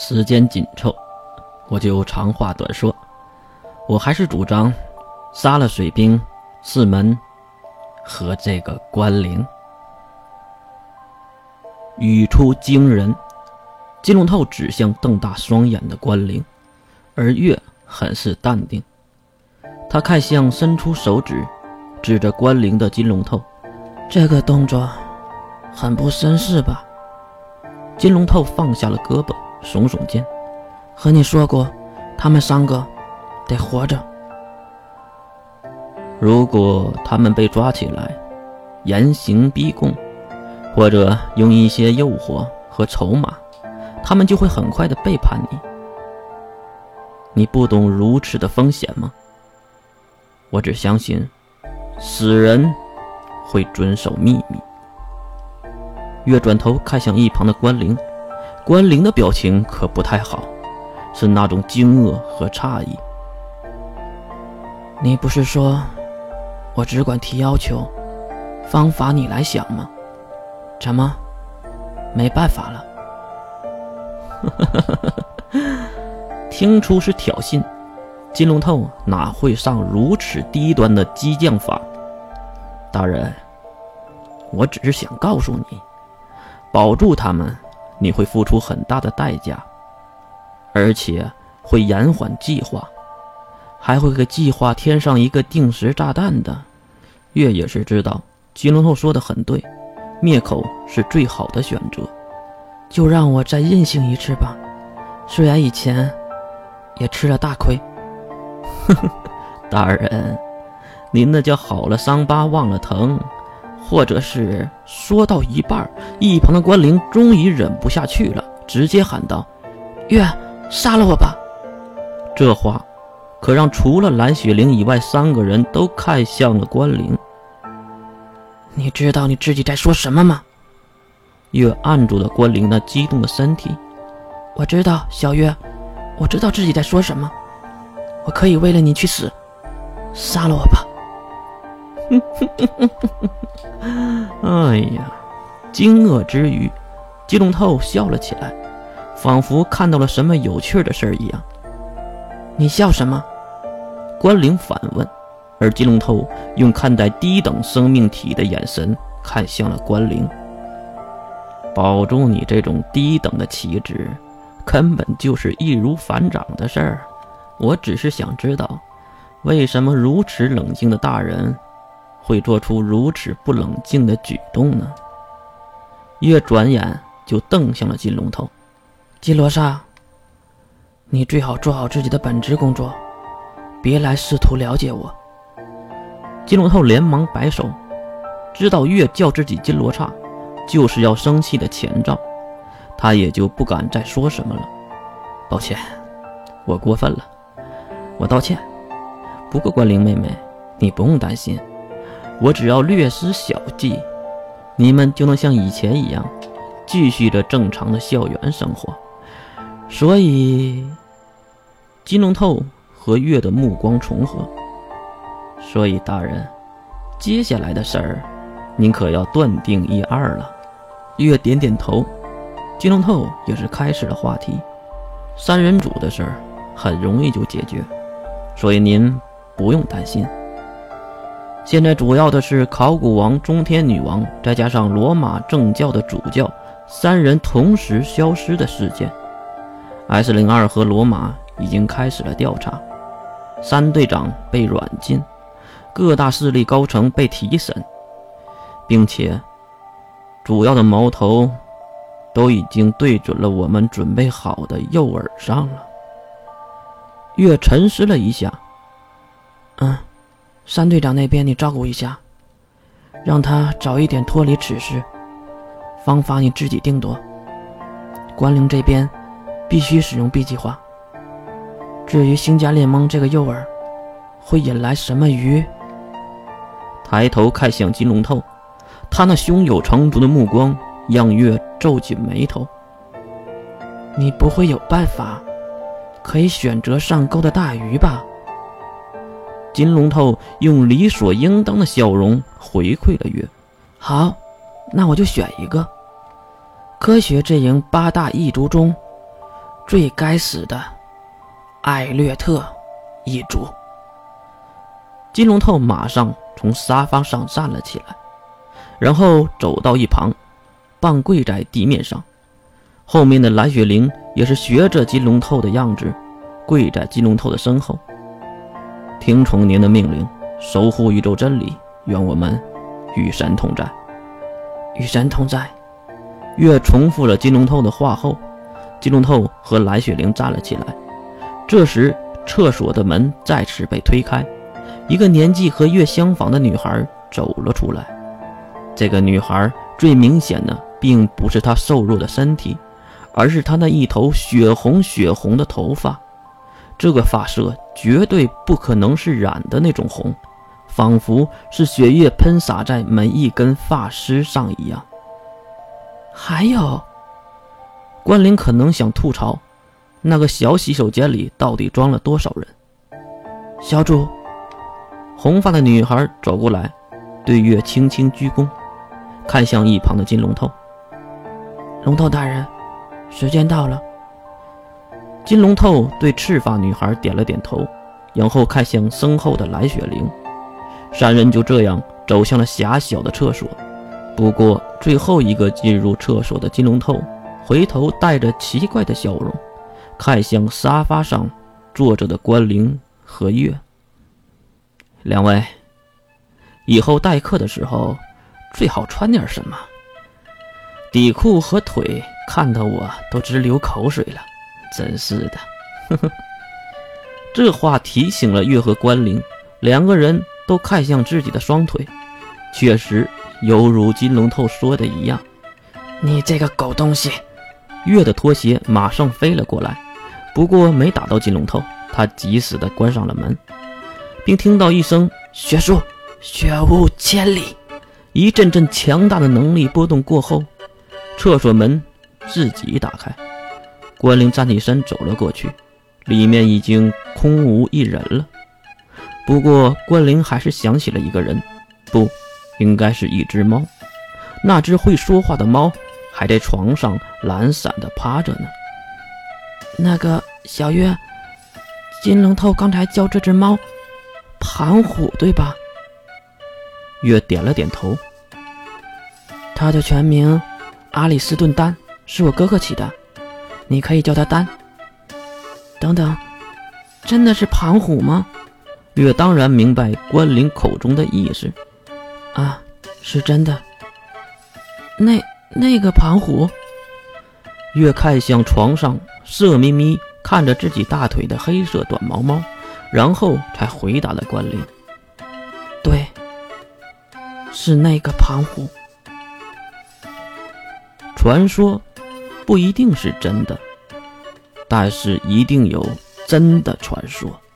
时间紧凑，我就长话短说，我还是主张杀了水兵、四门和这个关灵。语出惊人，金龙头指向瞪大双眼的关灵，而月很是淡定。他看向伸出手指指着关灵的金龙头， 这个动作很不绅士吧？ 金龙头放下了胳膊，耸耸肩， 和你说过他们三个得活着。 如果他们被抓起来严刑逼供，或者用一些诱惑和筹码，他们就会很快地背叛你。你不懂如此的风险吗？我只相信死人会遵守秘密。月转头看向一旁的关灵，关灵的表情可不太好，是那种惊愕和诧异。 你不是说我只管提要求，方法你来想吗？怎么没办法了？ 听出是挑衅，金龙头哪会上如此低端的激将法？大人，我只是想告诉你，保住他们你会付出很大的代价，而且会延缓计划，还会给计划添上一个定时炸弹的。月也是知道金龙头说的很对，灭口是最好的选择。 就让我再任性一次吧，虽然以前也吃了大亏。 大人，您那叫好了伤疤忘了疼，或者是说到一半，一旁的关灵终于忍不下去了，直接喊道： 月，杀了我吧！ 这话可让除了蓝雪灵以外3个人都看向了关灵。 你知道你自己在说什么吗？ 月按住了关灵那激动的身体。 我知道，小月，我知道自己在说什么，我可以为了你去死，杀了我吧！ 哎呀，惊愕之余，金龙头笑了起来，仿佛看到了什么有趣的事一样。 你笑什么？ 关灵反问，而金龙头用看待低等生命体的眼神看向了关灵。保住你这种低等的旗帜，根本就是易如反掌的事儿。我只是想知道，为什么如此冷静的大人会做出如此不冷静的举动呢？月转眼就瞪向了金龙头。 金罗刹，你最好做好自己的本职工作，别来试图了解我。 金龙头连忙摆手，知道月叫自己金罗刹就是要生气的前兆，他也就不敢再说什么了。抱歉，我过分了，我道歉。不过关灵妹妹，你不用担心，我只要略施小计，你们就能像以前一样继续着正常的校园生活。所以金龙头和月的目光重合，所以大人，接下来的事儿您可要断定一二了。月点点头，金龙头也是开始了话题。3人组的事儿很容易就解决，所以您不用担心。现在主要的是考古王、中天女王，再加上罗马正教的主教3人同时消失的事件。S02和罗马已经开始了调查，3队长被软禁，各大势力高层被提审，并且主要的矛头都已经对准了我们准备好的诱饵上了。月沉思了一下， 3队长那边你照顾一下，让他早一点脱离此事，方法你自己定夺。关灵这边必须使用 B 计划。至于星家联盟这个诱饵会引来什么鱼， 抬头看向金龙头，他那胸有成竹的目光让月皱紧眉头。 你不会有办法可以选择上钩的大鱼吧？ 金龙头用理所应当的笑容回馈了月。 好，那我就选一个。科学阵营8大异族中， 最该死的艾略特一族。 金龙头马上从沙发上站了起来，然后走到一旁，半跪在地面上。后面的蓝雪玲也是学着金龙头的样子，跪在金龙头的身后。听从您的命令，守护宇宙真理，愿我们与神同在。 与神同在。 月重复了金龙头的话后，金龙头和蓝雪玲站了起来。这时厕所的门再次被推开，一个年纪和月相仿的女孩走了出来。这个女孩最明显的并不是她瘦弱的身体，而是她那一头血红的头发。这个发色绝对不可能是染的那种红，仿佛是血液喷洒在每一根发丝上一样。 还有， 关灵可能想吐槽，那个小洗手间里到底装了多少人。 小主， 红发的女孩走过来，对月轻轻鞠躬，看向一旁的金龙头。 龙头大人，时间到了。 金龙头对赤发女孩点了点头，然后看向身后的蓝雪玲。三人就这样走向了狭小的厕所。不过最后一个进入厕所的金龙头回头带着奇怪的笑容，看向沙发上坐着的关灵和月。两位，以后待客的时候最好穿点什么，底裤和腿看得我都直流口水了，真是的。呵呵。这话提醒了月和关灵，两个人都看向自己的双腿，确实犹如金龙头说的一样。 你这个狗东西！ 月的拖鞋马上飞了过来，不过没打到金龙头，他及时地关上了门，并听到一声血术， 血雾千里。 一阵阵强大的能力波动过后，厕所门自己打开。关灵站起身走了过去，里面已经空无一人了。不过关灵还是想起了一个人，不，应该是一只猫。那只会说话的猫还在床上懒散地趴着呢。 那个小月，金龙头刚才叫这只猫盘虎，对吧？ 月点了点头。 他的全名阿里斯顿丹，是我哥哥起的，你可以叫他丹。等等，真的是盘虎吗？ 月当然明白关灵口中的意思。 啊，是真的。那个盘虎？ 月看向床上色眯眯看着自己大腿的黑色短毛猫，然后才回答了关灵。 对，是那个盘虎。 传说不一定是真的，但是一定有真的传说。